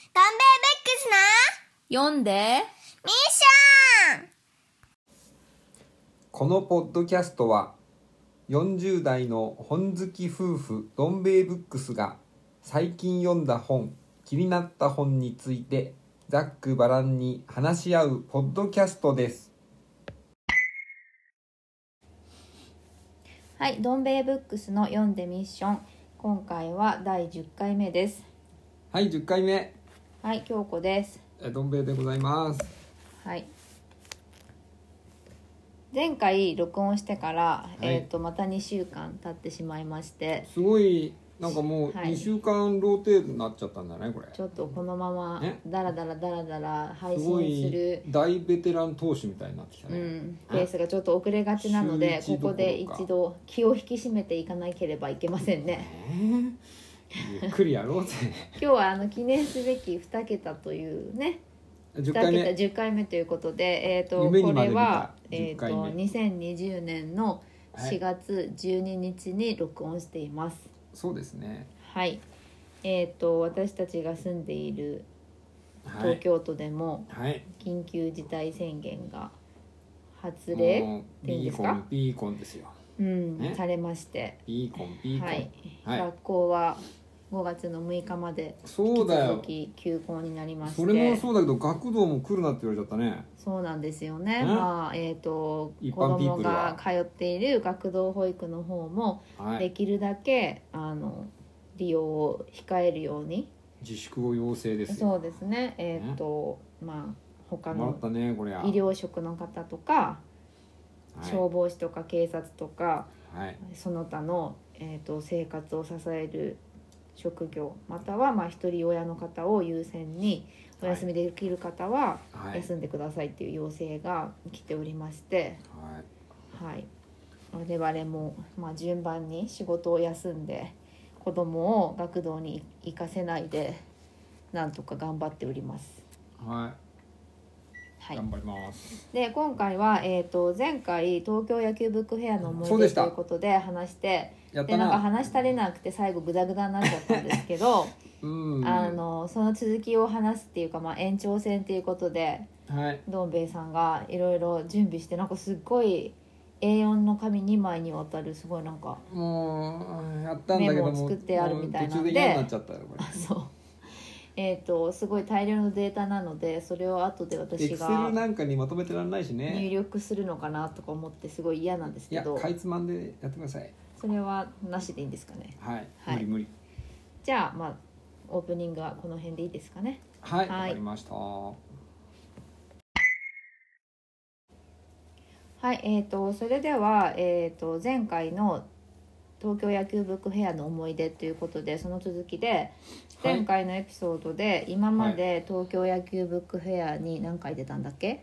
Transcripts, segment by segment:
ダンベーベックスな読んでミッション。 このポッドキャストは40代の本好き夫婦どん兵衛ブックスが最近読んだ本、気になった本についてざっくばらんに話し合うポッドキャストです。 はい、どん兵衛ブックスの読んでミッション、今回は第10回目です。 はい、10回目。 はい、京子です。 どん兵衛でございます。 はい、前回録音してから、また2週間経ってしまいまして、 すごいなんかもうはい 2週間ローテになっちゃったんだね、これ。 ちょっとこのままねダラダラ配すご信するい大ベテラン投手みたいになってきたね。 ペースがちょっと遅れがちなので、 週一ここでどころか一度気を引き締めていかなければいけませんね。 ゆっくりやろうぜ。 今日は記念すべき2桁というね、 10 2 回目。 桁10回目ということで、こ夢にまで見たれは、 10回目 2020年の4月12日に録音しています。 そうですね。 はい、私たちが住んでいるはい東京都でもはい。 緊急事態宣言が発令もうっていうんですか、 ビーコンですよ。ねされまして、 ビーコン。 はいはい学校は5月の6日までそうだよ引き続き休校になりまして、 それもそうだけど学童も来るなって言われちゃったね。 そうなんですよね。 ねまあ子一般ピー供プルはが通っている学童保育の方もはい。 できるだけ利用を控えるように、 自粛を要請ですよ。 そうですね。まあ他のもらったねこれは。 医療職の方とか、 はい消防士とか警察とか、 はい。 その他の、生活を支える職業、または一人親の方を優先にお休みできる方ははい休んでくださいっていう要請が来ておりまして、 はい。 はい、我々も、順番に仕事を休んで子供を学童に行かせないでなんとか頑張っております。 はい。 はい、 頑張ります。 で今回は、前回東京野球ブックフェアの思そうでしたい出ということで話してでやったな。 なんか話し足りなくて最後グダグダになっちゃったんですけどうん。 その続きを話すっていうか、延長戦っていうことではい。 どん兵衛さんがいろいろ準備して、なんかすっごい A4 の紙2枚にわたるすごいなんかもうやったんだけどもメモを作ってあるみたいなんでもう途中で嫌になっちゃったよこれ。 そうすごい大量のデータなので、それを後でエ私クセルがなんかにまとめてらんないし入ね。 力するのかなとか思ってすごい嫌なんですいやけど、 かいつまんでやってください。 それはなしでいいんですかね。 はい。 はい無理。 じゃあオープニングはこの辺でいいですかね。 はい。 はいわかりました。 はい、それでは、前回の東京野球ブックフェアの思い出ということで、その続きで前回のエピソードで今まで東京野球ブックフェアに何回出たんだっけ？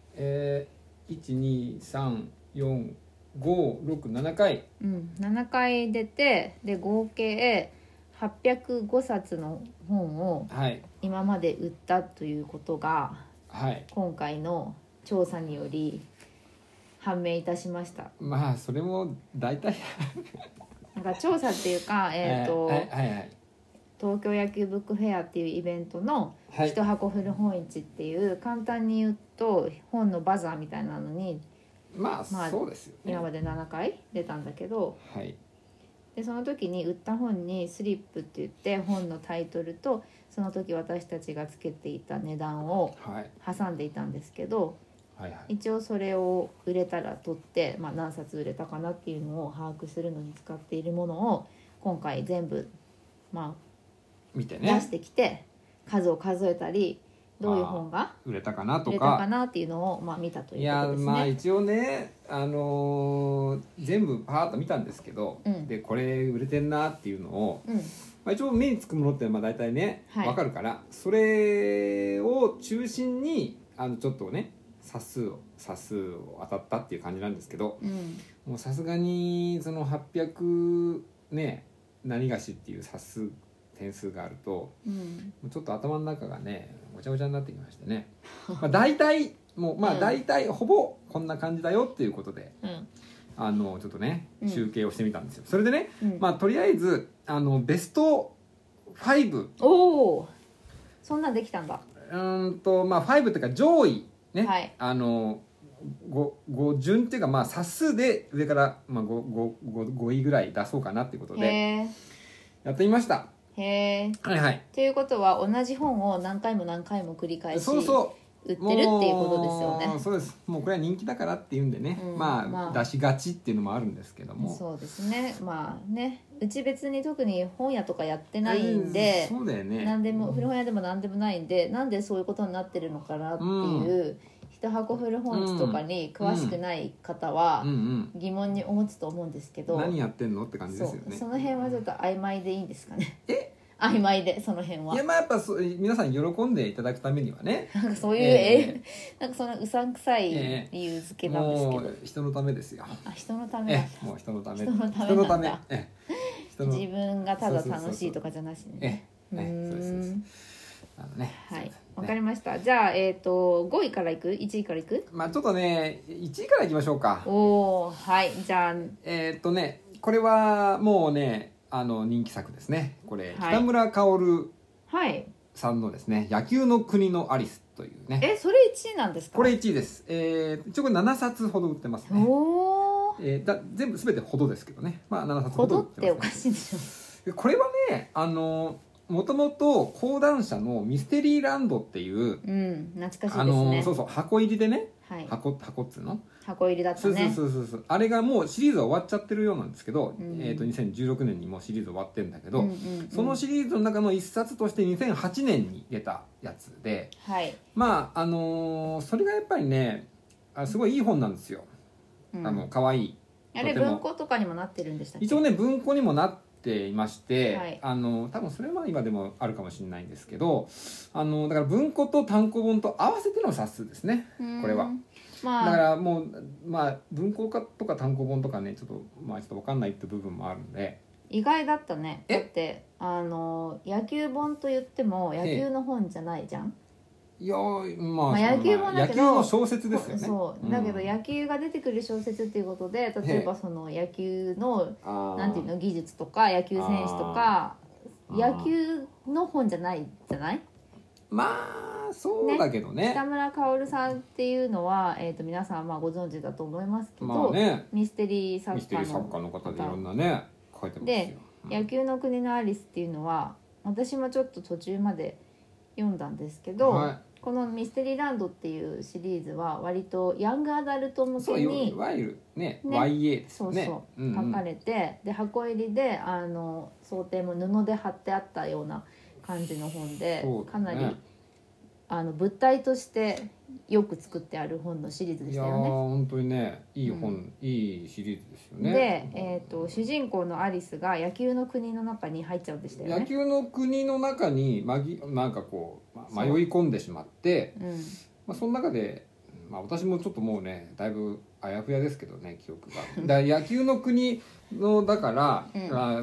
1,2,3,4,5,6,7 回。 7回出て、で合計805冊の本をはい今まで売ったということがはい。 今回の調査により判明いたしました。 まあそれも大体なんか調査っていうか、 はいはい東京野球ブックフェアっていうイベントのはい一箱古本市っていう、簡単に言うと本のバザーみたいなのにまあそうですよね。 今まで7回出たんだけど、 はいでその時に売った本にスリップって言って本のタイトルとその時私たちがつけていた値段をはい挟んでいたんですけど、 はいはい。 一応それを売れたら取って、何冊売れたかなっていうのを把握するのに使っているものを今回全部、出見てね。 してきて数を数えたり、どういう本が売れたかなと売れたかか。 なっていうのを見たといういやことですね。 一応ね全部パーッと見たんですけど、でこれ売れてんなっていうのを、一応目につくものって大体ねはい分かるから、それを中心にちょっとね冊数を当たったっていう感じなんですけど、もうさすがにその800ね何がしっていう冊数点数があると、もうちょっと頭の中がねごちゃごちゃになってきましてね大体もう大体ほぼこんな感じだよっていうことで、ちょっとね集計をしてみたんですよ。それでね、とりあえずベスト5、 おお、 そんなんできたんだ。 まあ5っていうか上位ね、 はい、 5順っていうかまあ冊数で上から、まあ、5位ぐらい出そうかなっていうことでへやってみました。 え。へえ。 はいはい。 ということは同じ本を何回も何回も繰り返しそうそう売ってるっていうことですよね。 そうです。もうこれは人気だからっていうんでね、まあ出しがちっていうのもあるんですけども、 そうですね。まあね、うち別に特に本屋とかやってないんで、 そうだよね。 何でも古本屋でも何でもないんで、なんでそういうことになってるのかなっていう、一箱古本市とかに詳しくない方は疑問に思つと思うんですけど、 何やってんのって感じですよね。 その辺はちょっと曖昧でいいんですかね。曖昧で、その辺は。 いや、まあやっぱ皆さん喜んでいただくためにはね、 なんかそういう、なんかそんなうさんくさい理由付けなんですけど、 もう人のためですよ。 人のためなんだ。 もう人のため。 人のためなんだ。自分がただ楽しいとかじゃなしにね。 そうですね。 はい、わかりました。じゃあ5位からいく？1位からいく？ まあちょっとね1位からいきましょうか。 おお、はい。じゃあこれはもうね人気作ですね。これ、北村薫さんのですね、野球の国のアリスというね。 それ1位なんですか？ これ1位です。一応これ7冊ほど売ってますね。 おお。 全てほどですけどね。まあ7冊ほどっておかしいでしょ。これはねもともと講談社のミステリーランドっていう、 懐かしいですね。 そう箱入りでね、箱っつうの箱入りだったね。 そうあれがもうシリーズは終わっちゃってるようなんですけど、2016年にもうシリーズ終わってるんだけど、そのシリーズの中の一冊として2008年に出たやつで、まあそれがやっぱりねすごいいい本なんですよ。かわいい。 あれ文庫とかにもなってるんでしたっけ？ 一応ね文庫にもなっていまして、多分それは今でもあるかもしれないんですけど、だから文庫と単行本と合わせての冊数ですね、これは。だからもう文庫化とか単行本とかねちょっと分かんないって部分もあるんで。 意外だったね。だって野球本と言っても野球の本じゃないじゃん。 いや野球本だけど野球の小説ですよね。 そうだけど野球が出てくる小説っていうことで、例えばその野球のなんていうの技術とか野球選手とか野球の本じゃないじゃない。 まあそうだけどね。 北村薫さんっていうのは皆さんご存知だと思いますけど、ミステリー作家の方でいろんなね書いてますよ。 で、野球の国のアリスっていうのは私もちょっと途中まで読んだんですけど、このミステリーランドっていうシリーズは割とヤングアダルト向けにいわゆるね YA ですよね。 書かれて、で箱入りで想定も布で貼ってあったような感じの本で、かなり物体としてよく作ってある本のシリーズでしたよね。いや本当にねいい本、いいシリーズですよね。 で、主人公のアリスが野球の国の中に入っちゃうんでしたよね。 野球の国の中になんかこう迷い込んでしまって、その中で、私もちょっともうねだいぶあやふやですけどね記憶が。野球の国のだから、行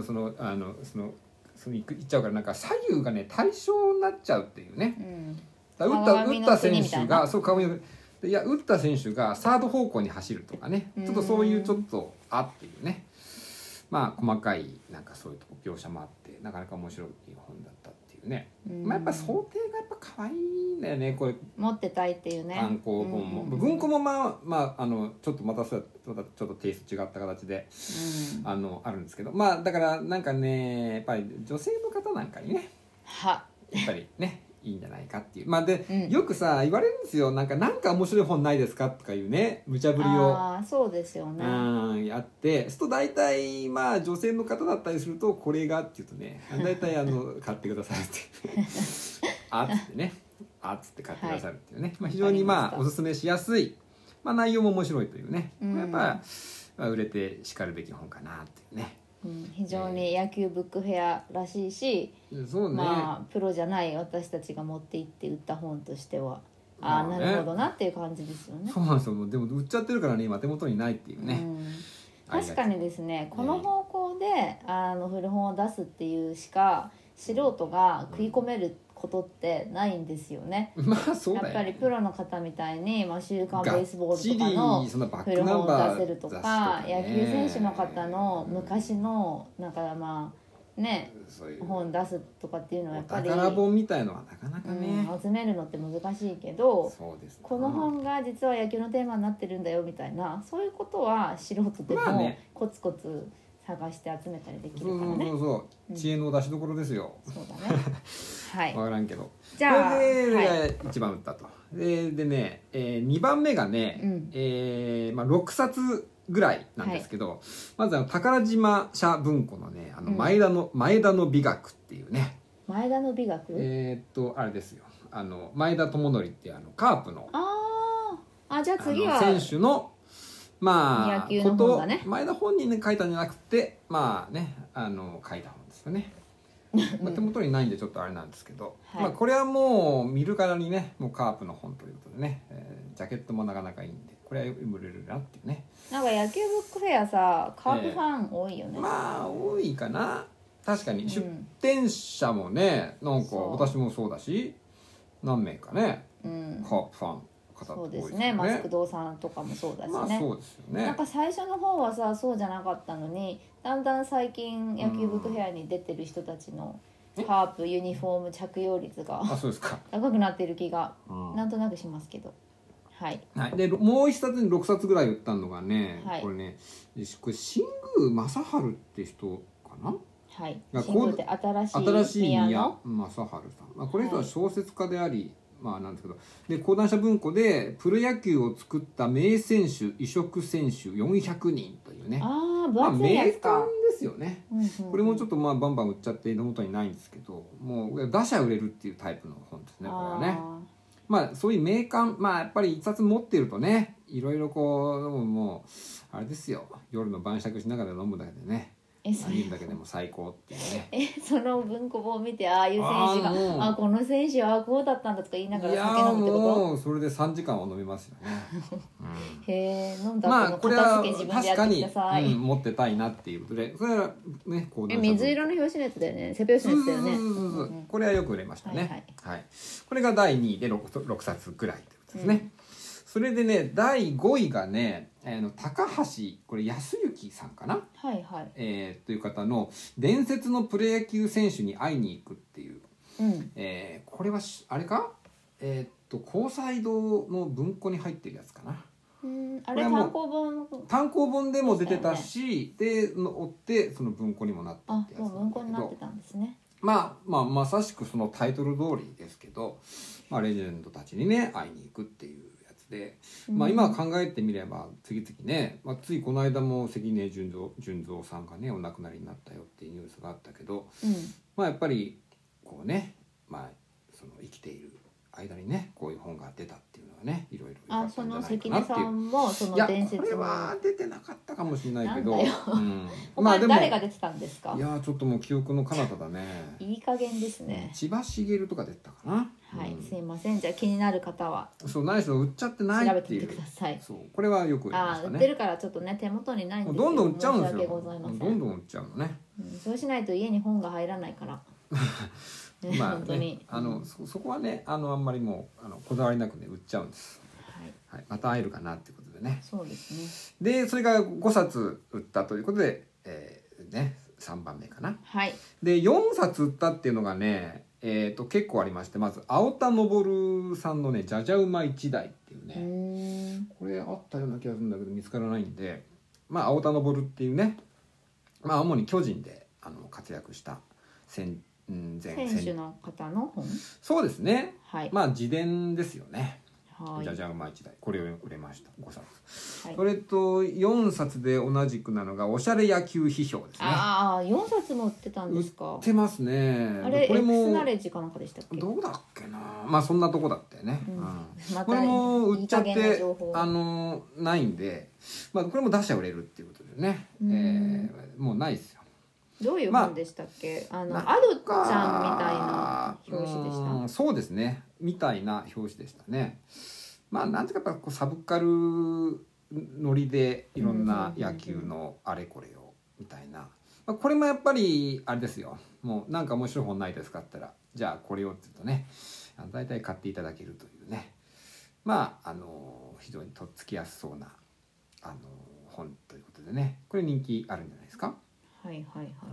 っちゃうからなんか左右がね対称になっちゃうっていうね。打った選手が打った選手がサード方向に走るとかね、ちょっとそういうちょっとっていうね、細かいなんかそういうとこ描写もあってなかなか面白い本だったっていうね。やっぱ想定がやっぱ可愛いんだよね。これ持ってたいっていうね。 単行本も文庫もちょっとまたちょっとテイスト違った形で、あるんですけど、だからなんかねやっぱり女性の方なんかにねやっぱりねいいんじゃないかっていう。で、よくさ言われるんですよ。なんか面白い本ないですかとかいうね無茶ぶりを。そうですよね。やってすると大体女性の方だったりするとこれがっていうとね大体買ってくださいってっつってねっつって買ってくださるっていうね、非常におすすめしやすい、内容も面白いというね、やっぱ売れてしかるべき本かなっていうね。 非常に野球ブックフェアらしいし、プロじゃない私たちが持って行って売った本としてはなるほどなっていう感じですよね。 そうなんですよ。でも売っちゃってるからね今手元にないっていうね。 確かにですね、この方向で古本を出すっていうしか素人が食い込めることってないんですよね。 そうだよね。 やっぱりプロの方みたいに、週刊ベースボールとかの古本を出せるとか、野球選手の方の昔のなんかねそういう本出すとかっていうのはやっぱり宝本みたいのはなかなかね、 集めるのって難しいけど、 そうですこの本が実は野球のテーマになってるんだよみたいな、そういうことは素人でもまあねコツコツ探して集めたりできそうるからね。 そう知恵の出しどころですよ。 そうだねはい分からんけど、 じゃあこれで、 はい 1番打ったと。でね、2番目がね、6冊ぐらいなんですけど、まず宝島社文庫のね前田の美学っていうね、 前田の美学、 あれですよ、前田智則っていうカープのじゃあ次は選手の野球の本だね。 前田本人で書いたんじゃなくてまあね書いた本ですよね。手元にないんでちょっとあれなんですけど、 はいこれはもう見るからにねもうカープの本ということでね、ジャケットもなかなかいいんでこれは読めるなっていうね。 なんか野球ブックフェアさカープファン多いよね、 まあ多いかな確かに、 うん出店者もねなんかそう私もそうだし何名かね、 うんカープファンの方そうって多いですよですね、マスク堂さんとかもそうだしね、 まあそうですよね。 なんか最初の方はさそうじゃなかったのにだんだん最近野球ブックフェアに出てる人たちのカープユニフォーム着用率があそうですか、 高くなってる気がうんなんとなくしますけど、はいはい、でもう一冊に6冊ぐらい売ったのがね、 はいこれねこれ新宮正治って人かな、 はいが新宮って新しい宮の正治さん、この人は小説家であり、なんですけどで講談社文庫でプロ野球を作った名選手異色選手400人というね、 分厚いや名つか、 鑑ですよね。これもちょっとバンバン売っちゃって手元にないんですけどもう打者売れるっていうタイプの本ですねこれはね。そういう名鑑やっぱり一冊持ってるとねいろいろこうもうあれですよ夜の晩酌しながら飲むだけでね見るだけでも最高っていうね。 その文庫本を見てああいう選手がこの選手はこうだったんだとか言いながら酒飲むってこもうそれで3時間は飲めますよね、 とへえ飲んだ後のこれは片付け自分でやってください、 持ってたいなっていうことでそれはねこう水色の表紙のやつだよね背表紙のやつだよねこれはよく売れましたね、 はいこれが第2位で 6冊くらいということですね、それでね第5位がね高橋これ康之さんかな、 はいはいという方の伝説のプロ野球選手に会いに行くっていう、これはあれか高裁堂の文庫に入ってるやつかな。 あれ単行本でも出てたし、で追ってその文庫にもなったってやつもう文庫になってたんですね。 まさしくそのタイトル通りですけど、レジェンドたちにね会いに行くっていうやつで、今考えてみれば次々ね、ついこの間も関根純三さんがねお亡くなりになったよっていうニュースがあったけど、やっぱりこうねその生きている間にねこういう本が出たっていうのはねいろいろ良かったんじゃないかなっていう。 関根さんもその伝説の。 いやこれは出てなかったかもしれないけど。 他に誰が出てたんですか。 いやちょっともう記憶の彼方だね。 いい加減ですね。 千葉茂とか出てたかな。 はい、すいませんじゃあ気になる方は。 そう何しろ売っちゃってないっていう。 調べてみてください。 そうこれはよく売りましたね。 売ってるからちょっとね手元にないんですよ。 どんどん売っちゃうんですよ。 申し訳ございません。 どんどん売っちゃうのね。 そうしないと家に本が入らないから。本当にそこはねあんまりもうこだわりなくね売っちゃうんです、はいまた会えるかなっていうことでね。 そうですね。でそれが5冊売ったということで、3番目かな。 はい。 で4冊売ったっていうのがね結構ありまして、まず青田昇さんのねじゃじゃ馬一代っていうね、これあったような気がするんだけど見つからないんで、青田昇っていうね主に巨人で活躍した選手の方の本。 そうですね、 はい、 自伝ですよね。じゃじゃ馬一代これを売れました5冊、それと4冊で同じくなのがおしゃれ野球批評ですね。 4冊も売ってたんですか。 売ってますね。 あれこれも X ナレッジかなんかでしたっけ。 どうだっけなそんなとこだったよね、 またこれも売っちゃっていい加減な情報ないんで、これも出しゃ売れるっていうことでね、もうないですよ。 どういう本でしたっけ、アドちゃんみたいな表紙でした。 そうですねみたいな表紙でしたね。なんていうかやっぱサブカルノリでいろんな野球のあれこれをみたいな、これもやっぱりあれですよ。もうなんか面白い本ないですかって言ったらじゃあこれをって言うとね大体買っていただけるというね、非常にとっつきやすそうな本ということでね、これ人気あるんじゃないですか。 はい。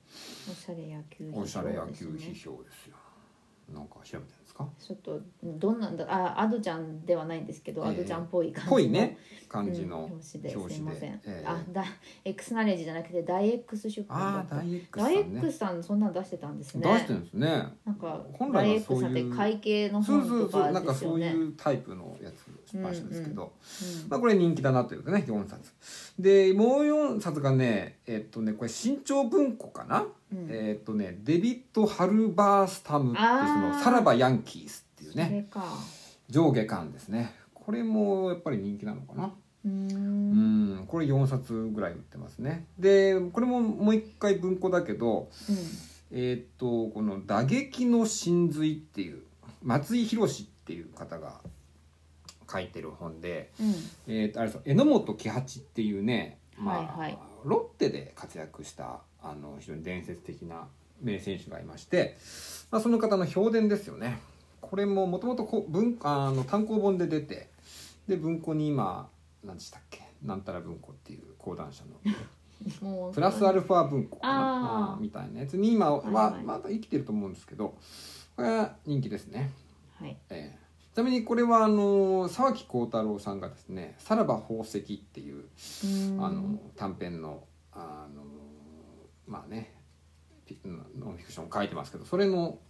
おしゃれ野球おしゃれ野球批評ですよ。なんか調べてるんですか？ ちょっとどんなんだ、アドちゃんではないんですけど、アドちゃんっぽい感じのぽいね感じの表紙ですいません、 え X ナレッジじゃなくてダイ X 出版だった。 ダイ X さダイんね X さんそんなの出してたんですね。 出してるんですね。 なんか本ダイ来はそう X さんっていう会計のそう本とそうそうなんかかですよね。 そういうタイプのやつ出版したんですけど、 うんまあこれ人気だなというかね4冊でもう4冊がねこれ新潮文庫かな、デビッド・ハルバースタムっていうそのさらばヤンキースっていうそれねか。 上下巻ですね。これもやっぱり人気なのかな。これ4冊ぐらい売ってますね。でこれももう一回文庫だけど、この打撃の真髄っていう松井宏っていう方が書いてる本で、あれです榎本喜八っていうね、ロッテで活躍した非常に伝説的な名選手がいまして、その方の評伝ですよね。これももともと単行本で出て、で文庫に今何でしたっけ、なんたら文庫っていう講談社のプラスアルファ文庫かなみたいなやつに今はまだ生きてると思うんですけど、これは人気ですね。ちなみにこれは沢木耕太郎さんがですね「さらば宝石」っていう短編のまあねノンフィクションを書いてますけど、それの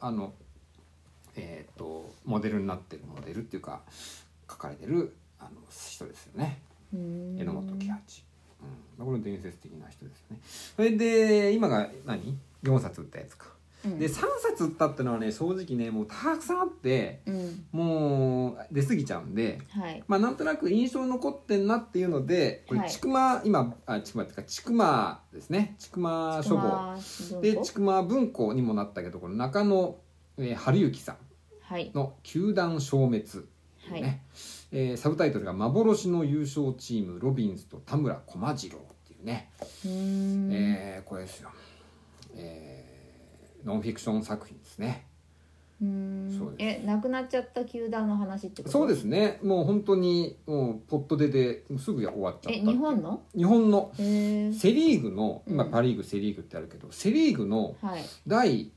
モデルになってるモデルっていうか書かれてる人ですよね。榎本喜八、これ伝説的な人ですよね。それで今が4冊売ったやつか。で3冊売ったってのはね正直ねもうたくさんあって、もう出過ぎちゃうんで、なんとなく印象に残ってんなっていうので、これ千曲ですね、千曲書房で千曲文庫にもなったけど、この中野春之さんの「球団消滅」っていうね、サブタイトルが「幻の優勝チームロビンズと田村駒次郎」っていうね、これですよ。ノンフィクション作品ですね。そうです。 亡くなっちゃった球団の話ってこと？ そうですね。もう本当にもうポットでもうすぐ終わっちゃった。 日本のセリーグの今パリーグセリーグってあるけど、セリーグの第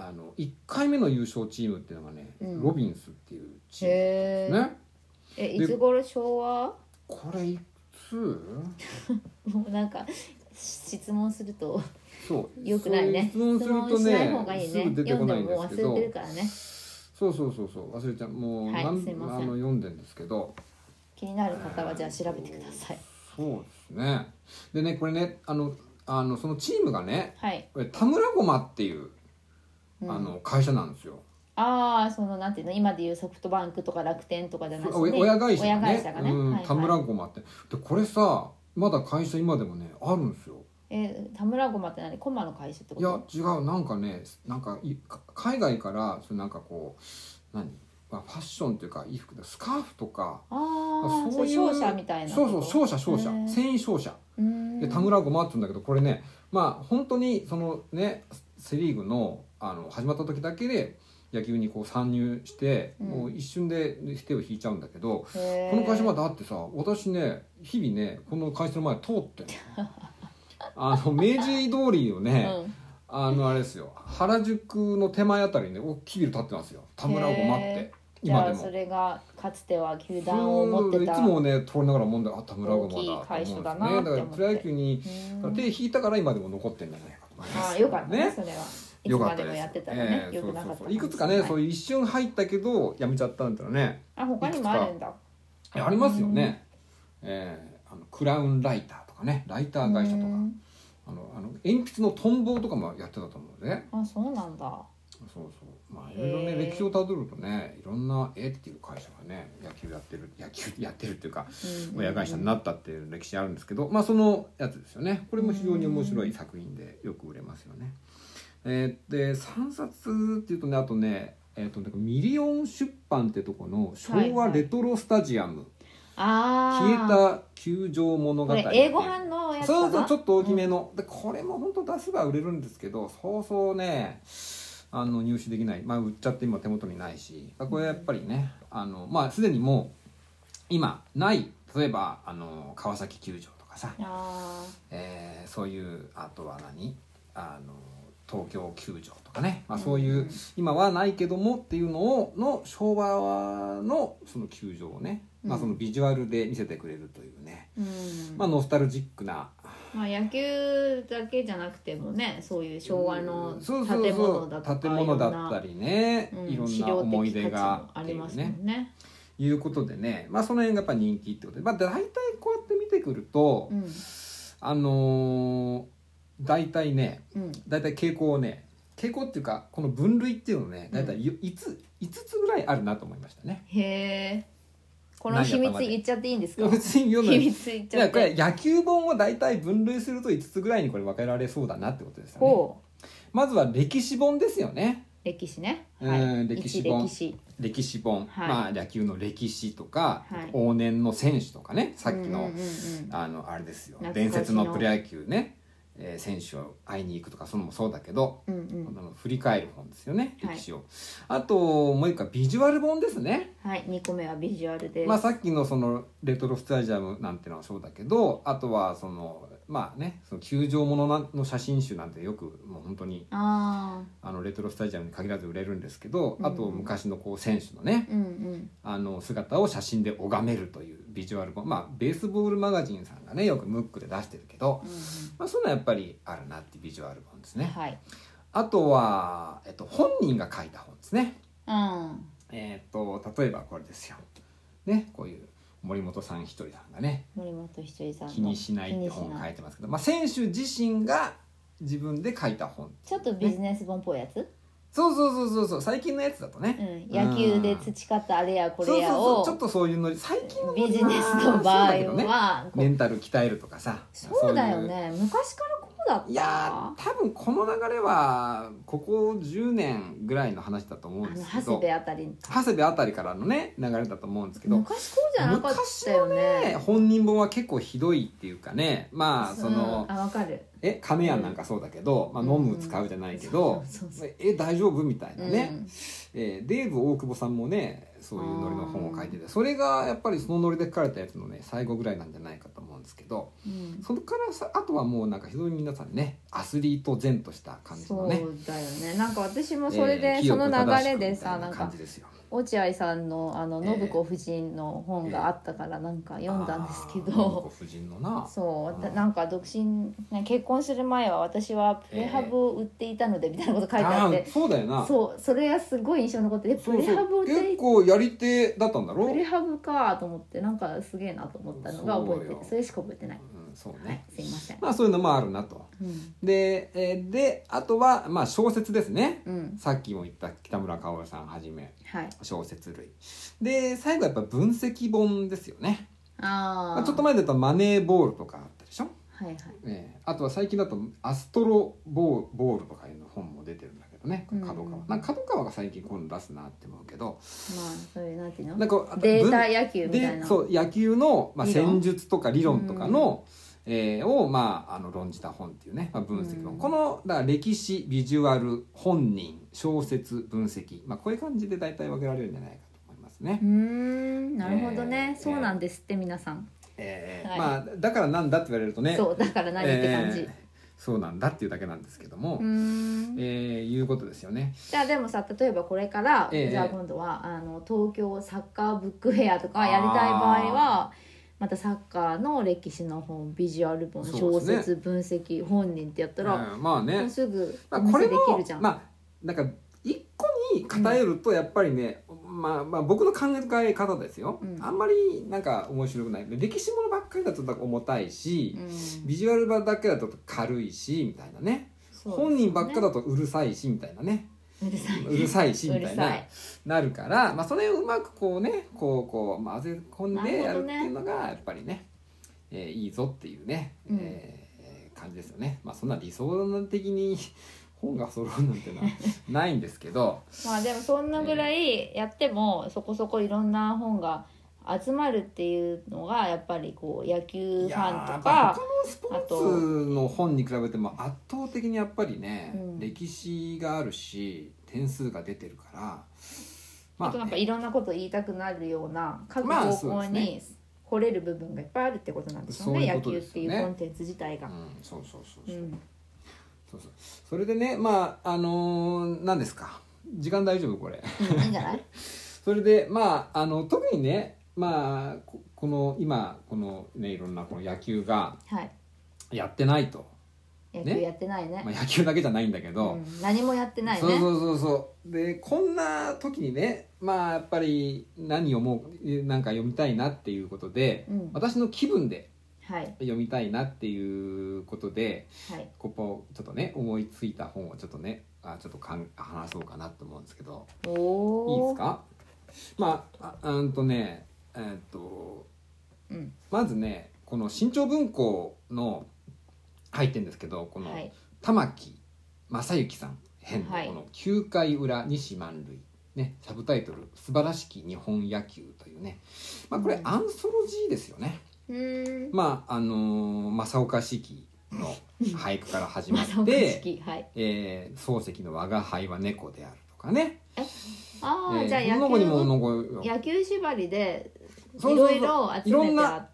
1回目の優勝チームっていうのがね、ロビンスっていうチームですね。 いつ頃昭和？ これいつ？ もうなんか質問するとそうよくないね。 質問するとしない方ねがいいね。 すぐ出てこないんですけど、 読んでも忘れてるからね。 そう忘れちゃう。もうすいません読んでんですけど、 気になる方はじゃあ調べてください。 そうですね。でねこれねそのチームがね、これ田村駒っていう会社なんですよ。 そのなんていうの、今でいうソフトバンクとか楽天とかじゃなくて、 親会社がね、 田村駒って。でこれさまだ会社今でもねあるんですよ。 田村駒って何？駒の会社ってこと？ いや違う、なんか海外からなんかこうファッションっていうか衣服でスカーフとか、 そういう商社みたいな。 商社繊維商社で田村駒って言うんだけど、これね本当にそのねセリーグの始まった時だけで野球にこう参入して、もう一瞬で手を引いちゃうんだけど、この会社まであってさ、私ね日々ねこの会社の前通って明治通りをね、あれですよ、原宿の手前あたりに大きいビル建ってますよ、田村駒って。今でもそれがかつては球団を持ってた、 いつもね通りながら思うんだ、田村駒だ大きい会社だなって思って、 だからプロ野球に手引いたから今でも残ってんじゃないかと思いますよかったね、それは。いつまでもやってたらね、よくなかった。 いくつかね、そういう一瞬入ったけどやめちゃったんだよね。 他にもあるんだ。 ありますよね。クラウンライターとかね、ライター会社とか、鉛筆のトンボとかもやってたと思うね。 そうなんだ。 いろいろね歴史をたどるとね、いろんなっていう会社がね野球やってるっていうか、親会社になったっていう歴史あるんですけど、そのやつですよね。これも非常に面白い作品でよく売れますよね。で3冊っていうとね、あとねミリオン出版ってとこの昭和レトロスタジアム、消えた球場物語、 英語版のやつかな。 ちょっと大きめの、でこれも本当出せば売れるんですけど、そうね入手できない、売っちゃって今手元にないし、これやっぱりねすでにもう今ない例えば川崎球場とかさ、そういう、あとは東京球場とかね、まあ、そういう今はないけどもっていうの昭和のその球場をね、まあ、そのビジュアルで見せてくれるというね、まあ、ノスタルジックな、 まあ、野球だけじゃなくてもね、そういう昭和のそう建物だとか建物だったりね、いろんな思い出がありますもんね。 いうことでね、まあ、その辺がやっぱ人気ってことで、まあ、大体こうやって見てくると、大体ね、大体傾向っていうかこの分類っていうのね、大体5つぐらいあるなと思いましたね。 へえ。この秘密言っちゃっていいんですか？ 別に秘密言っちゃって。 これ野球本を大体分類すると5つぐらいにこれ分けられそうだなってことですよね。まずは歴史本ですよね。 歴史ね、 歴史本、まあ野球の歴史とか、往年の選手とかね、さっきの、あれですよ、伝説のプロ野球ね、選手を会いに行くとか、そのもそうだけど、振り返る本ですよね、歴史を。あともう一個はビジュアル本ですね。 2個目はビジュアルです。 まあさっきのそのレトロスタジアムなんてのはそうだけど、あとはそのまあね、その球場ものの写真集なんてよくもう本当にレトロスタジアムに限らず売れるんですけど、あと昔のこう選手のね、姿を写真で拝めるというビジュアル本、まあベースボールマガジンさんがねよくムックで出してるけど、まあそういうのはやっぱりあるなっていうビジュアル本ですね。あとは、本人が書いた本ですね。例えばこれですよね、こういう森本さん一人さんがね、気にしないって本を書いてますけど、まあ、選手自身が自分で書いた本、ね、 ちょっとビジネス本っぽいやつ。 そう最近のやつだとね、 野球で培ったあれやこれやをちょっとそういうの最近のビジネスの場合は、 メンタル鍛えるとかさ、 そうだよね、昔からこうだった。 いや多分この流れはここ10年ぐらいの話だと思うんですけど、 長谷部あたりからのね流れだと思うんですけど、 昔こうじゃなかったよね。 昔のね本人本は結構ひどいっていうかね、まあそのわかる。 亀屋なんかそうだけど、まあ、飲む使うじゃないけど、大丈夫みたいなね、デーブ大久保さんもねそういうノリの本を書いてて、それがやっぱりそのノリで書かれたやつのね最後ぐらいなんじゃないかと思うんですけど、そこからあとはもうなんか非常に皆さんねアスリート前とした感じのね、 そうだよね。なんか私もそれで、その流れでさ、なんか落合さんの信子夫人の本があったからなんか読んだんですけど、信子夫人のな、 そうなんか独身結婚する前は私はプレハブを売っていたのでみたいなこと書いてあって、 そうだよな、 それがすごい印象に残って、プレハブ売って結構やり手だったんだろ。 プレハブかと思って、なんかすげえなと思ったのが覚えてる。それしか覚えてない。 そうね、 すいません。 まあそういうのもあるなと、であとはまあ小説ですね、さっきも言った北村薫さんはじめ、小説類で、最後はやっぱ分析本ですよね。ちょっと前だとマネーボールとかあったでしょ。あとは最近だとアストロボールとかいうの本も出てるんだけどね、角川が最近こういうの出すなって思うけど、 そういうなんていうの、 なんかデータ野球みたいな、 そう野球の、まあ、戦術とか理論とかの、を、まあ、論じた本っていうね、まあ、分析本、このだから歴史、ビジュアル、本人、小説、分析、まあ、こういう感じで大体分けられるんじゃないかと思いますね。 なるほどね、そうなんですって皆さん。 まあだからなんだって言われるとね、 そうだから何って感じ、 そうなんだっていうだけなんですけども、いうことですよね。 じゃあでもさ、例えばこれから、じゃあ今度は東京サッカーブックフェアとかやりたい場合はまたサッカーの歴史の本、ビジュアル本、小説、分析、本人ってやったら、 まあね、 もうすぐお見せできるじゃん。まあなんか一個に偏るとやっぱりね、まあ僕の考え方ですよ、あんまりなんか面白くない。歴史ものばっかりだと重たいし、ビジュアルだけだと軽いしみたいなね、本人ばっかだとうるさいしみたいなね、うるさいしみたいななるから、まあそれをうまくこうねこう混ぜ込んでやるっていうのがやっぱりね、いいぞっていうね、感じですよね。まあそんな理想的に本が揃うなんてのはないんですけどまあでもそんなぐらいやってもそこそこいろんな本が集まるっていうのがやっぱりこう野球ファンとか、 他のスポーツの本に比べても圧倒的にやっぱりね、歴史があるし点数が出てるから、 あとなんかいろんなこと言いたくなるような各方向に掘れる部分がいっぱいあるってことなんですよね、野球っていうコンテンツ自体が。 そうそれでねまあ何ですか、時間大丈夫これいいんじゃないそれでまあ特にねまあこの今このねいろんなこの野球がやってないと、 野球やってないね、 まあ、野球だけじゃないんだけど、 何もやってないね。 そうでこんな時にねまあやっぱり何をもうなんか読みたいなっていうことで、私の気分で読みたいなっていうことで、ここちょっとね思いついた本をちょっとねちょっと話そうかなと思うんですけど、いいですか。まあまずねこの新潮文庫の入ってるんですけど、この玉木正幸さん編のこの9回裏西満塁ね、サブタイトル素晴らしき日本野球というね、まあこれアンソロジーですよね。まあ正岡子規の俳句から始まって漱石の我が輩は猫であるとかね。 じゃあ野球縛りでいろいろ集めてあって、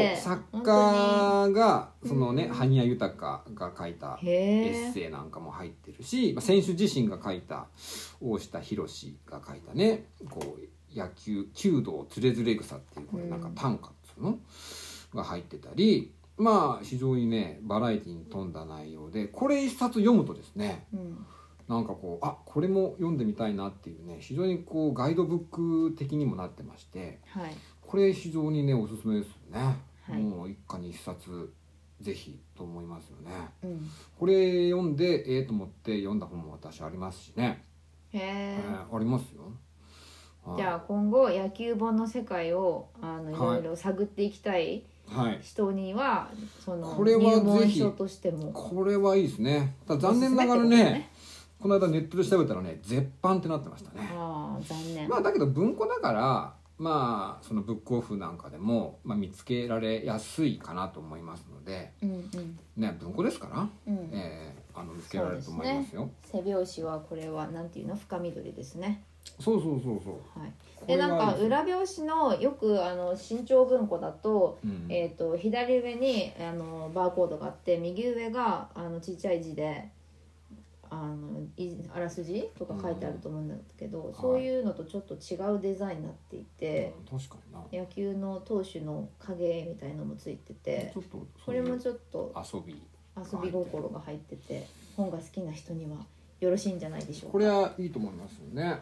作家がそのね埴谷豊が書いたエッセイなんかも入ってるし、選手自身が書いた大下博が書いたねこう野球弓道つれづれ草っていうこれなんか短歌っていうのが入ってたり、まあ非常にねバラエティに富んだ内容で、これ一冊読むとですね、なんかこうこれも読んでみたいなっていうね非常にこうガイドブック的にもなってまして、これ非常にねおすすめですよね。もう一家に一冊ぜひと思いますよね。これ読んでと思って読んだ本も私ありますしね。ありますよ。 じゃあ今後野球本の世界をいろいろ探っていきたい人には、その入門書としてもこれはいいですね。ただ残念ながらねこの間ネットで調べたらね絶版ってなってましたね。 残念。 まあだけど文庫だからまあそのブックオフなんかでも、見つけられやすいかなと思いますので、ね文庫ですから、見つけられると思いますよ。 背表紙はこれはなんていうの深緑ですね。 そう。 でなんか裏表紙のよく新潮文庫だと、左上にバーコードがあって右上がちっちゃい字であらすじとか書いてあると思うんだけど、そういうのとちょっと違うデザインになっていて、 確かにな野球の投手の影みたいのもついてて、これもちょっと遊び心が入ってて本が好きな人にはよろしいんじゃないでしょうか。 これはいいと思いますよね。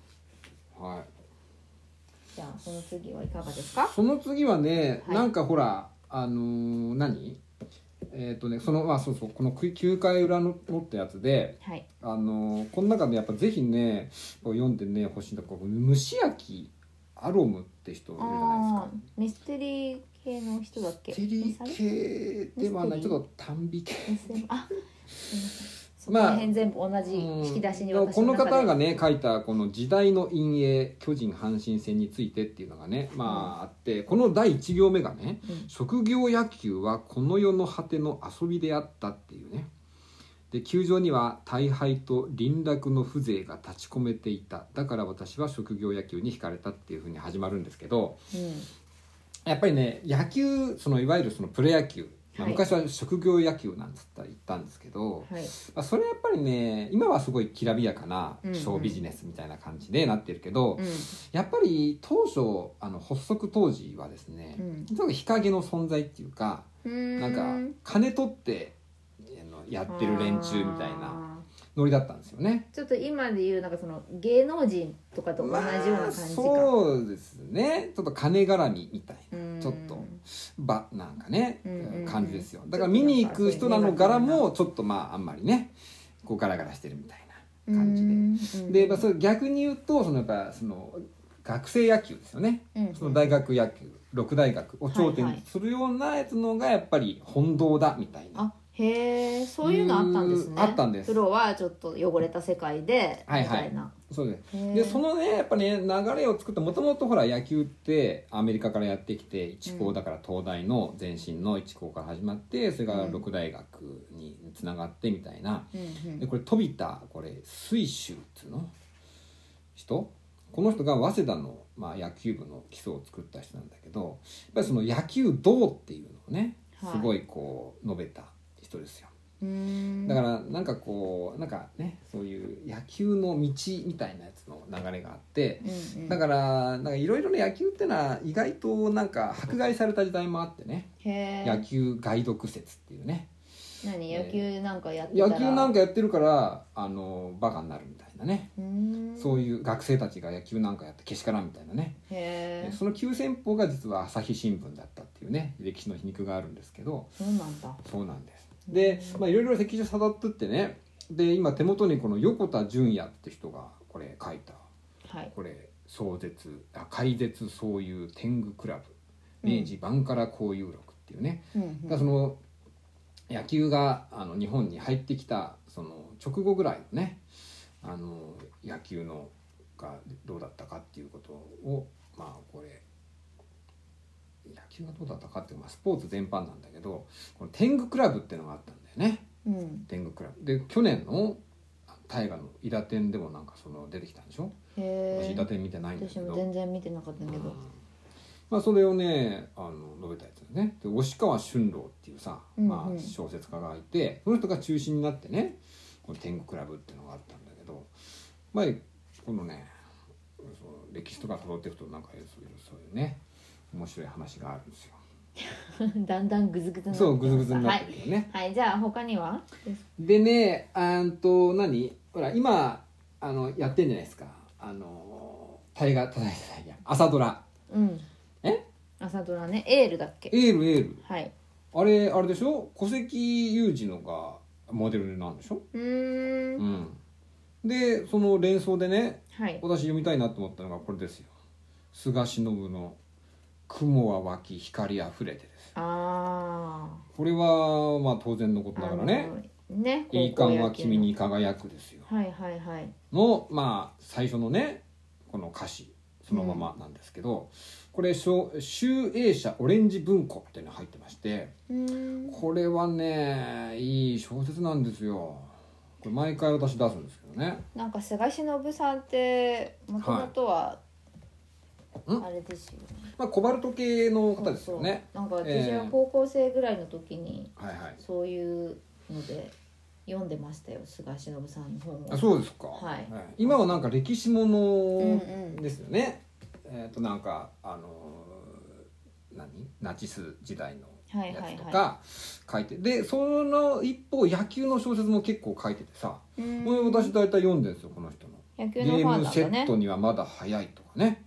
じゃあその次はいかがですか。 その次はね、なんかほら何そのこの9回裏のってやつで、この中でやっぱぜひね読んでね欲しいんだけど、虫焼アロムって人いるじゃないですか。 ミステリー系の人だっけ。 ミステリー系ではない、ちょっと短美系。 そこら辺全部同じ引き出しに私この方がね書いたこの時代の陰影巨人阪神戦についてっていうのがねあって、この第1行目がね、職業野球はこの世の果ての遊びであったっていうね。で球場には大敗と臨落の風情が立ち込めていた、だから私は職業野球に惹かれたっていうふうに始まるんですけど、やっぱりね野球いわゆるそのプロ野球、昔は職業野球なんつったら言ったんですけど、それやっぱりね今はすごいきらびやかなショービジネスみたいな感じでなってるけど、やっぱり当初発足当時はですね、ちょっと日陰の存在っていうか、なんか金取ってやってる連中みたいなノリだったんですよね。 ちょっと今でいうなんかその芸能人とかと同じような感じか。 そうですね。ちょっと金絡みみたいな、ちょっとなんかね、感じですよ。だから見に行く人らの柄もちょっとあんまりねこうガラガラしてるみたいな感じで、それ逆に言うとやっぱ学生野球ですよね。その大学野球6大学を頂点にするようなやつのがやっぱり本道だみたいな。 へえ、そういうのあったんですね。 あったんです。 プロはちょっと汚れた世界でみたいな。 そうです。でそのねやっぱね流れを作った、もともとほら野球ってアメリカからやってきて1校だから東大の前身の1校から始まって、それが6大学につながってみたいな。でこれ飛田水秀っていうの人、この人が早稲田の野球部の基礎を作った人なんだけど、やっぱりその野球道っていうのをねすごいこう述べた人ですよ。 だからなんかこうなんかねそういう野球の道みたいなやつの流れがあって、だからなんかいろいろね野球ってのは意外となんか迫害された時代もあってね、野球害毒説っていうね、 何野球なんかやってたら、 野球なんかやってるからバカになるみたいなね、そういう学生たちが野球なんかやってけしからんみたいなね、その急先鋒が実は朝日新聞だったっていうね歴史の皮肉があるんですけど、 そうなんだ。 そうなんです。でいろいろ歴史を辿ってってね、で今手元にこの横田純也って人がこれ書いた、これ怪絶そういう天狗クラブ明治バンカラ交友録っていうね、がその野球が日本に入ってきたその直後ぐらいのね野球のがどうだったかっていうことをこれ野球がどうだったかっていうスポーツ全般なんだけど、この天狗クラブっていうのがあったんだよね、天狗クラブで去年の大河の伊達天でもなんかその出てきたんでしょ。私伊達天見てないんだけど、 私も全然見てなかったけど、 それをね述べたやつですね。で押川俊郎っていうさ、小説家がいて、その人が中心になってねこの天狗クラブっていうのがあったんだけど、このね歴史とか辿っていくとなんかそういうね面白い話があるんですよ。 だんだんグズグズになってそうグズグズになってるよね。 はい、じゃあ他にはでねほら今やってんじゃないですか朝ドラ、 朝ドラね、エールだっけ。 エール、 はい、 あれでしょ、小関裕二のがモデルなんでしょ。でその連想でね、私読みたいなと思ったのがこれですよ。菅忍の雲は湧き光あふれてです。これは当然のことながらね、いい感は君に輝くですよ、の最初のねこの歌詞そのままなんですけど、これ集英社オレンジ文庫っていうのが入ってまして、これはねいい小説なんですよ。これ毎回私出すんですけどね。 なんか菅忍さんってもともとはあれですよね、 コバルト系の方ですよね。 なんか私は高校生ぐらいの時にそういうので読んでましたよ、菅忍さんの本を。 そうですか、今はなんか歴史ものですよね、なんかナチス時代のやつとか書いて、でその一方野球の小説も結構書いててさ、私大体読んでるんですよこの人の。 野球のファンなんだね。 ゲームセットにはまだ早いとかね、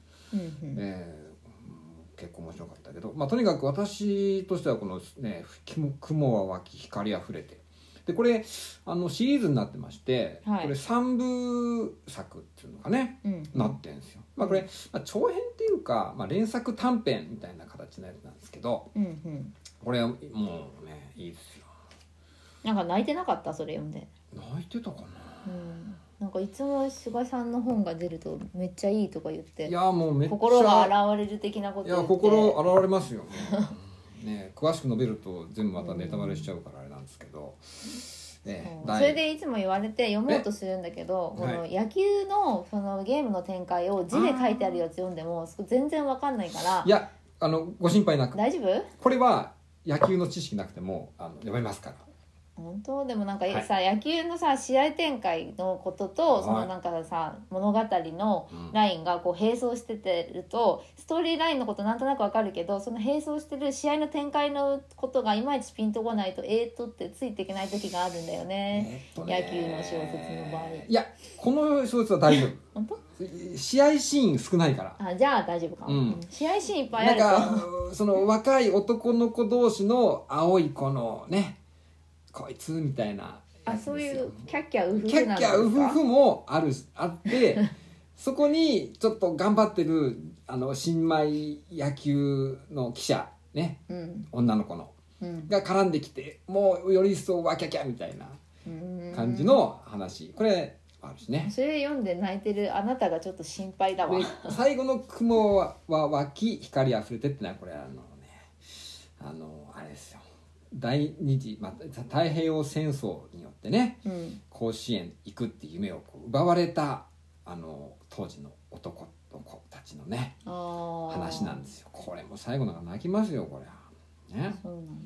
結構面白かったけど、とにかく私としてはこのね雲は湧き光あふれて、でこれシリーズになってまして、これ3部作っていうのがね、なってるんですよ。これ、長編っていうか、連作短編みたいな形のやつなんですけど、これはもうねいいですよ。 なんか泣いてなかった？それ読んで泣いてたかな。 なんかいつも菅さんの本が出るとめっちゃいいとか言って、 いやもうめっちゃ心が現れる的なこと言って。 いや心現れますよね詳しく述べると全部またネタバレしちゃうからあれなんですけど、 それでいつも言われて読もうとするんだけど、この野球のそのゲームの展開を字で書いてあるやつ読んでも全然わかんないから。 いやご心配なく大丈夫？ これは野球の知識なくても読めますから。 本当？でもなんかさ、野球のさ試合展開のこととそのなんかさ物語のラインがこう並走しててると、ストーリーラインのことなんとなくわかるけど、その並走してる試合の展開のことがいまいちピンとこないとってついていけない時があるんだよね、野球の小説の場合。 いやこの小説は大丈夫本当？ 試合シーン少ないから。 じゃあ大丈夫かも、試合シーンいっぱいあるとなんかその若い男の子同士の青い子のねこいつみたいな、 そういうキャッキャウフフキャッキャウフフもあってそこにちょっと頑張ってる新米野球の記者ね、女の子の、が絡んできて、もうより一層ワキャキャみたいな感じの話、これあるしね。 それ読んで泣いてるあなたがちょっと心配だわ。 最後の雲は湧き光あふれてってのはこれあれですよ、第二次、太平洋戦争によってね、甲子園行くっていう夢を奪われた当時の男の子たちのね話なんですよ。これも最後なんか泣きますよこれね。 そうなんだ。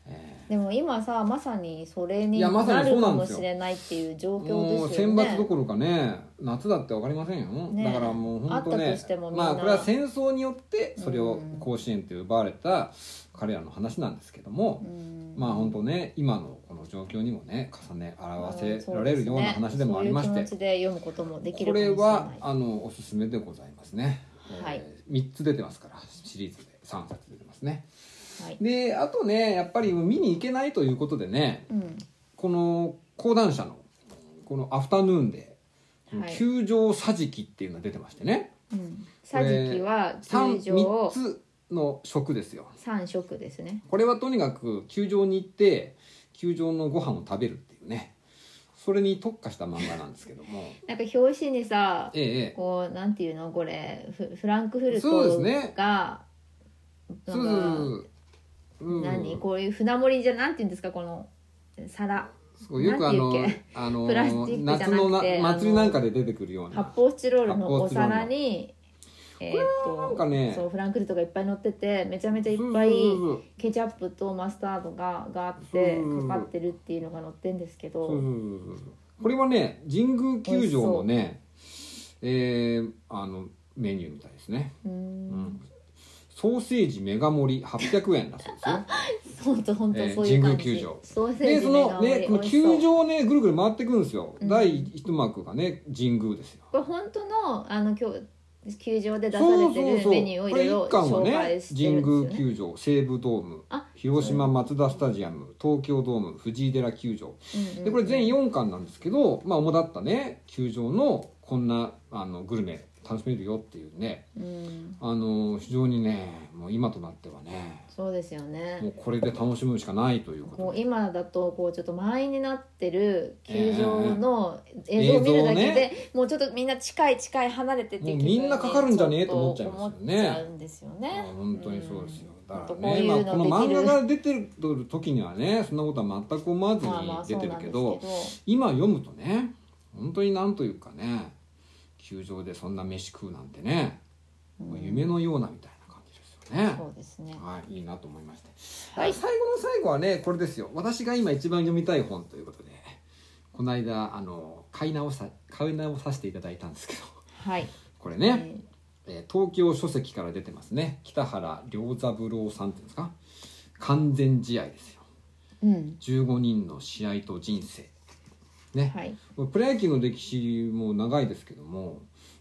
でも今さまさにそれにいやまさなるかにそうなんですよもしれないっていう状況ですよね。 もう選抜どころかね夏だって分かりませんよ、 ねだからもう本当あったねとしてもみんなまあこれは戦争によってそれを甲子園って奪われた彼らの話なんですけども、まあ本当ね今のこの状況にもね重ね表せられるような話でもありまして、 そういう気持ちで読むこともできるこかもしれない。 れはおすすめでございますね、 はい 3つ出てますからシリーズで3冊出てますね。 はい、 であとねやっぱり見に行けないということでね、この講談社のこのアフタヌーンではい球場桟敷っていうのが出てましてね、 桟敷は球場 3つの食ですよ。 3食ですね。 これはとにかく球場に行って球場のご飯を食べるっていうねそれに特化した漫画なんですけどもなんか表紙にさ、 ええこうなんていうのこれフランクフルそうですトねがそうなんか何こういう船盛りじゃなんていうんですかこの皿そうよくなんていうっけプラスチックじゃなくて夏の祭りなんかで出てくるような発泡スチロールのお皿になんかねそうフランクフルトがいっぱい乗っててめちゃめちゃいっぱいそうケチャップとマスタードがあってそうかかってるっていうのが載ってるんですけど、 そうこれはね神宮球場のねメニューみたいですね。ソーセージメガ盛り800円だそうですよ。 本当そういう感じ。 神宮球場ソーセージメガ盛りでこの球場をねぐるぐる回っていくんですよ。第一幕がね神宮ですよ。 これ本当の今日球場で出されてるメニューをいろいろ紹介してるんですよね。 神宮球場、西武ドーム、広島マツダスタジアム、東京ドーム、藤井寺球場、でこれ全4巻なんですけど、まあ主だったね球場のこんなグルメ楽しめるよっていうね、非常にねもう今となってはねそうですよねもうこれで楽しむしかないということで、 こう今だとこうちょっと満員になってる球場の映像を見るだけで、もうちょっとみんな近い離れてっていう気分にもうみんなかかるんじゃねえと思っちゃいますよね。 思っちゃうんですよね。 本当にそうですよ。だからこうね、 いうのこの漫できる画が出てる時にはねそんなことは全く思わずに出てるけど、今読むとね本当になんというかね球場でそんな飯食うなんてね、もう夢のようなみたいな感じですよね。 そうですね。 はい、いいなと思いまして、 はい、 最後の最後はねこれですよ。私が今一番読みたい本ということで、この間買い直させていただいたんですけど、 はい、 これね、東京書籍から出てますね。北原良三郎さんっていうんですか、完全試合ですよ。15人の試合と人生ね、はい、プロ野球の歴史も長いですけども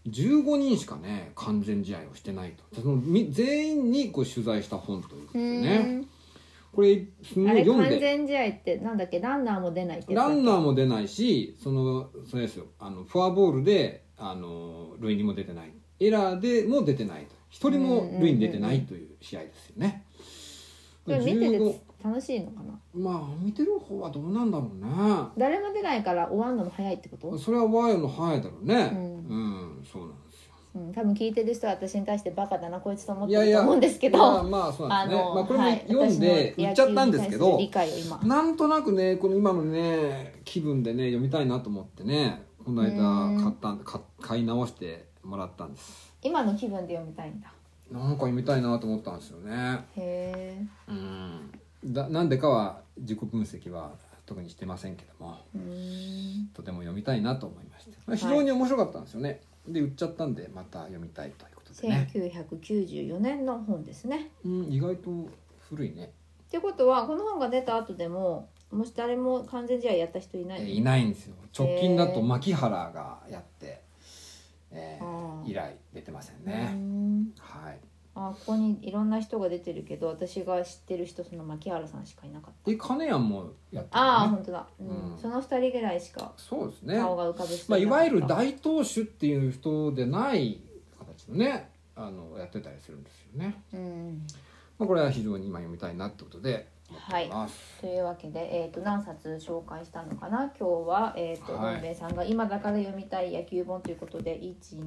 15人しかね完全試合をしてないと、その全員にこう取材した本ということでね、これすごい読んで、 完全試合ってなんだっけ、ランナーも出ないってやつだっけ。 ランナーも出ないし、それですよ、フォアボールで塁にも出てない、エラーでも出てないと、一人も塁に出てないという試合ですよね。 これ見てて楽しいのかな。 まあ見てる方はどうなんだろうね。 誰も出ないから終わるのも早いってこと。 それは終わるの早いだろうね。そうなんですよ。 多分聞いてる人は私に対してバカだなこいつと思ってると思うんですけど、 まあそうなんですね。まあこれも読んで売っちゃったんですけど、なんとなくねこの今のね気分でね読みたいなと思ってね、この間買い直してもらったんです。 今の気分で読みたいんだ。 なんか読みたいなと思ったんですよね。 へえ。 なんでかは自己分析は特にしてませんけども、とても読みたいなと思いまして、非常に面白かったんですよね。で売っちゃったんでまた読みたいということでね。 1994年の本ですね。 意外と古いね。 っていうことはこの本が出た後でももし誰も完全試合やった人いないの？ いないんですよ。直近だと牧原がやって、以来出てませんね。はい。 ここにいろんな人が出てるけど私が知ってる人その牧原さんしかいなかった。 金谷もやってる、ね、 本当だ、その2人ぐらいしかそうですね顔が浮かぶ人いいわゆる大投手っていう人でない形のねやってたりするんですよね。これは非常に今読みたいなってことで思っています。 というわけで、何冊紹介したのかな今日は、どん兵衛さんが今だから読みたい野球本ということで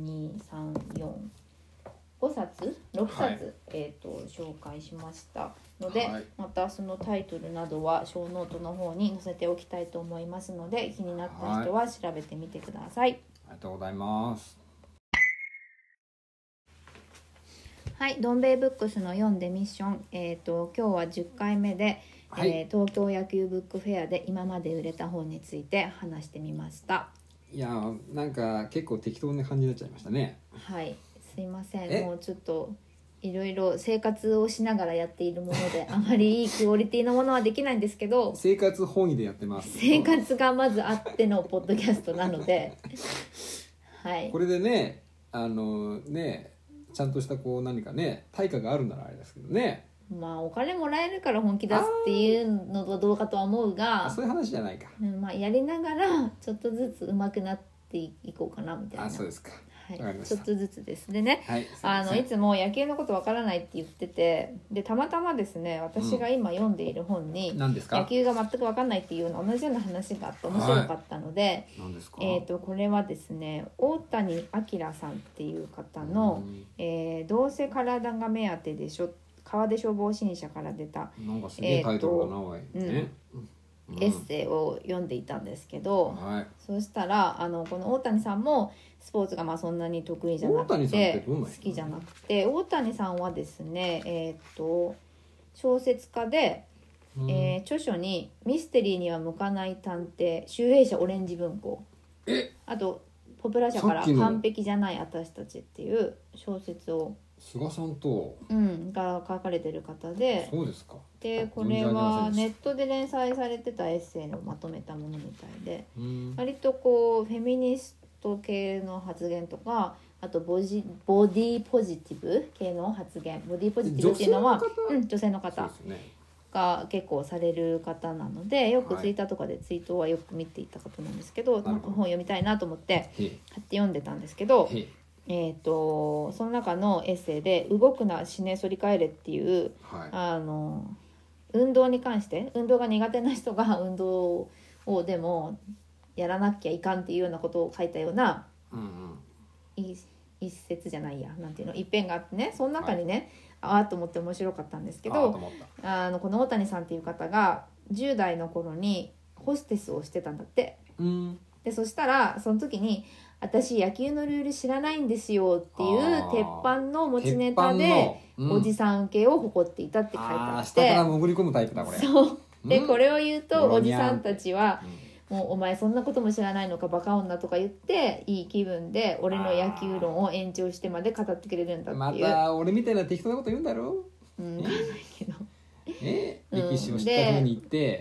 5冊6冊、紹介しましたので、またそのタイトルなどはショーノートの方に載せておきたいと思いますので気になった人は調べてみてください。 ありがとうございます。 はい、どん兵衛ブックスの読んでミッション、今日は10回目で、 はい東京野球ブックフェアで今まで売れた本について話してみました。 いやなんか結構適当な感じになっちゃいましたね。 はい、すいません。もうちょっといろいろ生活をしながらやっているものであまりいいクオリティのものはできないんですけど、 生活本位でやってます。 生活がまずあってのポッドキャストなのではい、 これでねちゃんとしたこう何かね対価があるならあれですけどね。 まあお金もらえるから本気出すっていうのとどうかとは思うが、 そういう話じゃないか。 まあやりながらちょっとずつ上手くなっていこうかなみたいな。 そうですか。 はい、 わかりました。 ちょっとずつです。でね、 はい、 いつも野球のことわからないって言ってて、でたまたまですね、私が今読んでいる本に、 何ですか？ 野球が全くわかんないっていう同じような話があって面白かったので、 何ですか？ これはですね、大谷明さんっていう方の、どうせ体が目当てでしょ、川出消防新社から出たなんかすげえタイトルが長いね、 エッセイを読んでいたんですけど、 はい、 そしたらこの大谷さんもスポーツがそんなに得意じゃなくて好きじゃなくて、大谷さんはですね小説家で、著書に「ミステリーには向かない探偵」「集英社オレンジ文庫」あとポプラ社から「完璧じゃない私たち」っていう小説を菅さんと、 が書かれてる方で、 そうですか。 でこれはネットで連載されてたエッセイをまとめたものみたいで、割とこうフェミニスト系の発言とか、あとボディポジティブ系の発言、ボディポジティブっていうのは女性の方が結構される方なので、よくツイッターとかでツイートはよく見ていた方なんですけど、なんか本読みたいなと思って買って読んでたんですけど、その中のエッセイで「動くな死ね反り返れ」っていう、運動に関して、運動が苦手な人が運動をでもやらなきゃいかんっていうようなことを書いたような、一節じゃないや、なんていうの、一編があってね、その中にね、と思って面白かったんですけど、この大谷さんっていう方が10代の頃にホステスをしてたんだって。でそしたらその時に「私野球のルール知らないんですよ」っていう鉄板の持ちネタでおじさん受けを誇っていたって書いてあって、 下から潜り込むタイプだこれ。 そうで、これを言うとおじさんたちは「もうお前そんなことも知らないのかバカ女」とか言っていい気分で俺の野球論を延長してまで語ってくれるんだっていう。 また俺みたいな適当なこと言うんだろ。 分かんないけど。 歴史を知ったふうに言って、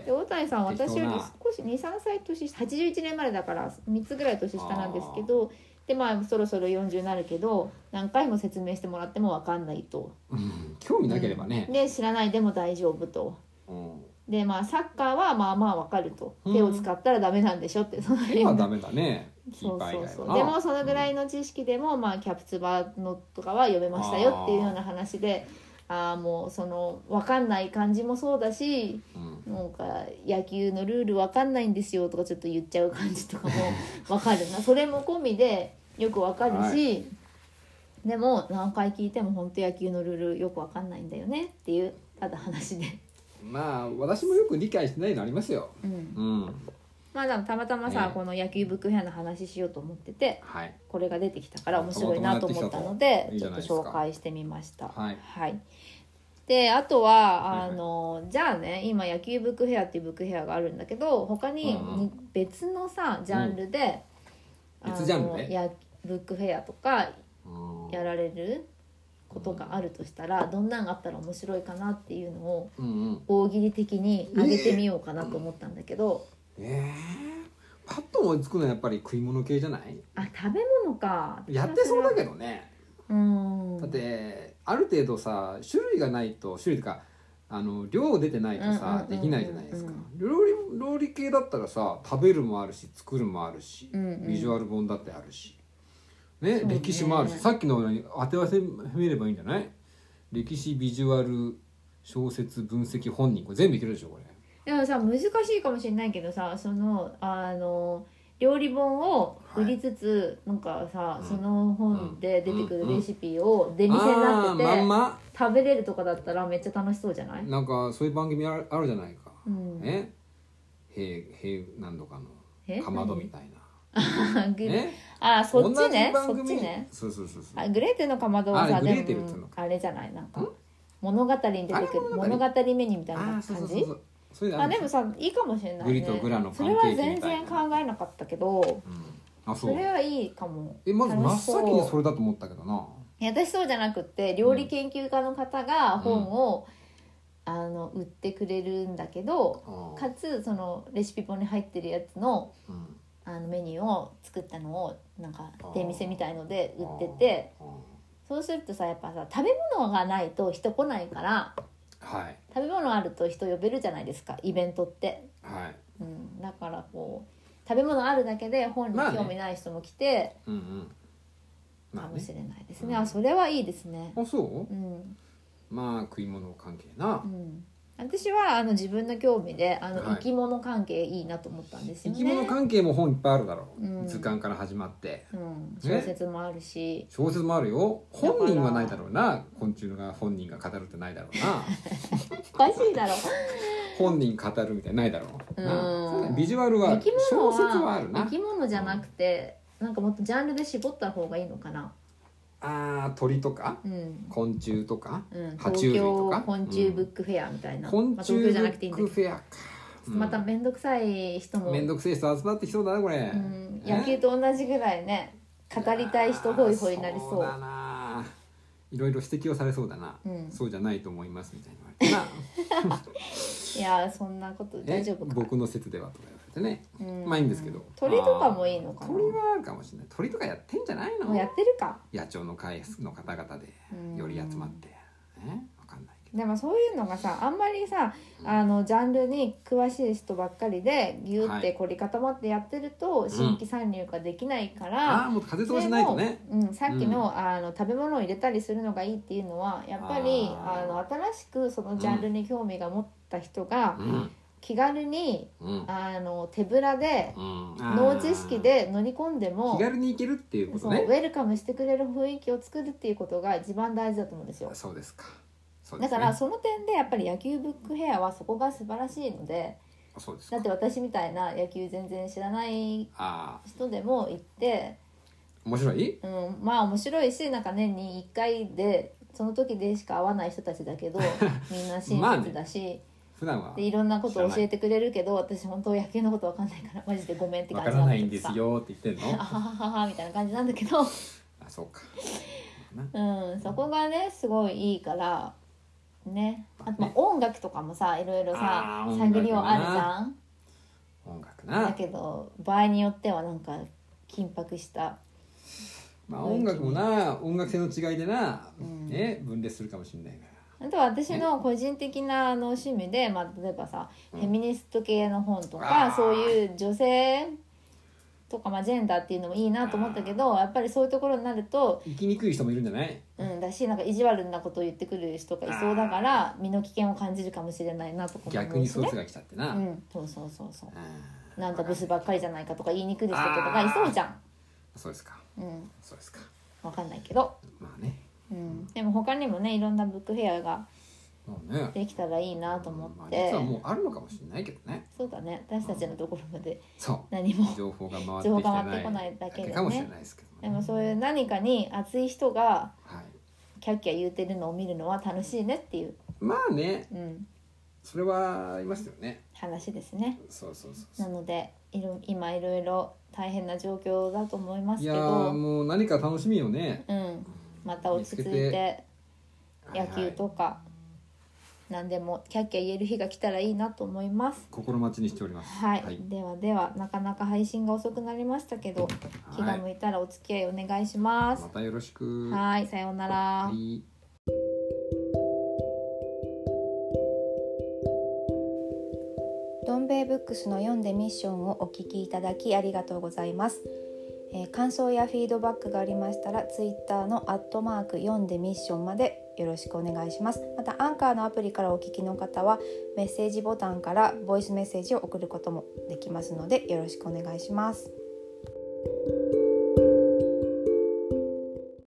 で大谷さんは私より少し 2,3 歳年下、81年生まれだから3つぐらい年下なんですけど、でそろそろ40になるけど何回も説明してもらっても分かんないと、 興味なければね、 で知らないでも大丈夫と、でサッカーはまあまあ分かると、手を使ったらダメなんでしょって、その手はダメだね。 そうでもそのぐらいの知識でも、キャプツバのとかは読めましたよっていうような話で、もうその分かんない感じもそうだし、なんか野球のルール分かんないんですよとかちょっと言っちゃう感じとかも分かるなそれも込みでよく分かるし、でも何回聞いても本当野球のルールよく分かんないんだよねっていうただ話で、 私もよく理解してないのありますよ。 でもたまたまこの野球ブックフェアの話しようと思ってて、これが出てきたから面白いなと思ったのでちょっと紹介してみました。であとはじゃあね、今野球ブックフェアっていうブックフェアがあるんだけど、他に別のジャンルで、 別ジャンルね、 ブックフェアとかやられることがあるとしたら、どんなんがあったら面白いかなっていうのを大喜利的に上げてみようかなと思ったんだけど、 パッと思いつくのはやっぱり食い物系じゃない？ 食べ物か。 やってそうだけどね。だってある程度種類がないと、種類とか量出てないとできないじゃないですか。料理系だったら食べるもあるし作るもあるし、ビジュアル本だってあるしね、歴史もあるし、さっきのように当て合わせ見ればいいんじゃない？歴史、ビジュアル、小説、分析、本人、これ全部いけるでしょこれ。 でも難しいかもしれないけどその料理本を売りつつ、なんかその本で出てくるレシピを出店になってて、食べれるとかだったらめっちゃ楽しそうじゃない？ なんかそういう番組あるじゃないか。何度かのかまどみたいな。 そっちね、そっちね。 そうグレーテルのかまどはグレーテルっていうのか、 あれじゃない、なんか物語に出てくる物語メニューみたいな感じ。 そういうのあるでもさいいかもしれないね。 グリとグラのパンそケーキみたいな。 れは全然考えなかったけど、 あ、そそうれはいいかも。 まず真っ楽しそう先にそれだと思ったけどな。 いや私そうじゃなくって料理研究家の方が本を、売ってくれるんだけど、かつそのレシピ本に入ってるやつの、メニューを作ったのをなんか出店みたいので売ってて、そうするとさやっぱさ食べ物がないと人来ないから、 はい、 食べ物あると人呼べるじゃないですかイベントって、 はいだからこう食べ物あるだけで本に興味ない人も来て、かもしれないですね。それはいいですね。 あ、そう？まあ食い物関係な。 私は自分の興味で生き物関係いいなと思ったんですよね。 生き物関係も本いっぱいあるだろう、図鑑から始まって、 小説もあるし、 小説もあるよ。本人はないだろうな。昆虫が本人が語るってないだろうな。 おかしいだろ。 本人語るみたいなないだろう。ビジュアルは小説はあるな。 生き物じゃなくて、なんかもっとジャンルで絞った方がいいのかな。 鳥とか、昆虫とか、爬虫類東京とか、 昆虫ブックフェアみたいな、 昆虫ブックフェアか。 また面倒くさい人も面倒くさい人集まってきそうだなこれ。 野球と同じぐらいね語りたい人ホイホイになりそう。 そうだな。いろいろ指摘をされそうだな。そうじゃないと思いますみたいに言われてな。 いやそんなこと大丈夫か。 僕の説ではとか言われてね。まあいいんですけど。 鳥とかもいいのかな。 鳥はあるかもしれない。鳥とかやってんじゃないの。 もうやってるか。 野鳥の会の方々でより集まってわかんないけど。 でもそういうのがさあんまりさジャンルに詳しい人ばっかりでギュって凝り固まってやってると新規参入ができないから、 もう風通しないとね。 さっきの、食べ物を入れたりするのがいいっていうのはやっぱり新しくそのジャンルに興味が持った人が、気軽に、手ぶらで、脳知識で乗り込んでも気軽に行けるっていうことね。 そうウェルカムしてくれる雰囲気を作るっていうことが一番大事だと思うんですよ。 そうですか。 だからその点でやっぱり野球ブックフェアはそこが素晴らしいので、だって私みたいな野球全然知らない人でも行って面白い？ まあ面白いし、なんか年に1回でその時でしか会わない人たちだけどみんな親切だし、 普段はでいろんなことを教えてくれるけど、私本当野球のことわかんないからマジでごめんって感じわからないんですよって言ってんの？ あはははみたいな感じなんだけどそうか。 そこがねすごいいいからね。あと音楽とかもさいろいろさ探りはあるじゃん。 音楽な。 だけど場合によってはなんか緊迫した音楽もな音楽性の違いでな、分裂するかもしれないから。 あとは私の個人的な趣味で、例えばさ、フェミニスト系の本とかそういう女性とか、ジェンダーっていうのもいいなと思ったけど、やっぱりそういうところになると生きにくい人もいるんじゃない？ だしなんか意地悪なことを言ってくる人がいそうだから身の危険を感じるかもしれないなとかも思うし、ね、 逆にそいつが来ちゃってな、 そうなんだブスばっかりじゃないかとか言いに来る人とかがいそうじゃん。 そうですか。そうですか。 分かんないけど、でも他にもねいろんなブックフェアができたらいいなと思って、 実はもうあるのかもしれないけどね。 そうだね、私たちのところまでそう何も情報が回ってこないだけでね。 かもしれないですけどね。 でもそういう何かに熱い人がキャッキャ言うてるのを見るのは楽しいねっていうまあね、それはありますよね。 話ですね。 そうなので今いろいろ大変な状況だと思いますけど、 いやもう何か楽しみよね。 また落ち着いて野球とか何でもキャッキャ言える日が来たらいいなと思います。 心待ちにしております。 ではなかなか配信が遅くなりましたけど、気が向いたらお付き合いお願いします。 またよろしく。 さようなら。どん兵衛ブックスの読んでミッションをお聞きいただきありがとうございます。感想やフィードバックがありましたらツイッターの@読んでミッションまでよろしくお願いします。またアンカーのアプリからお聞きの方はメッセージボタンからボイスメッセージを送ることもできますのでよろしくお願いします。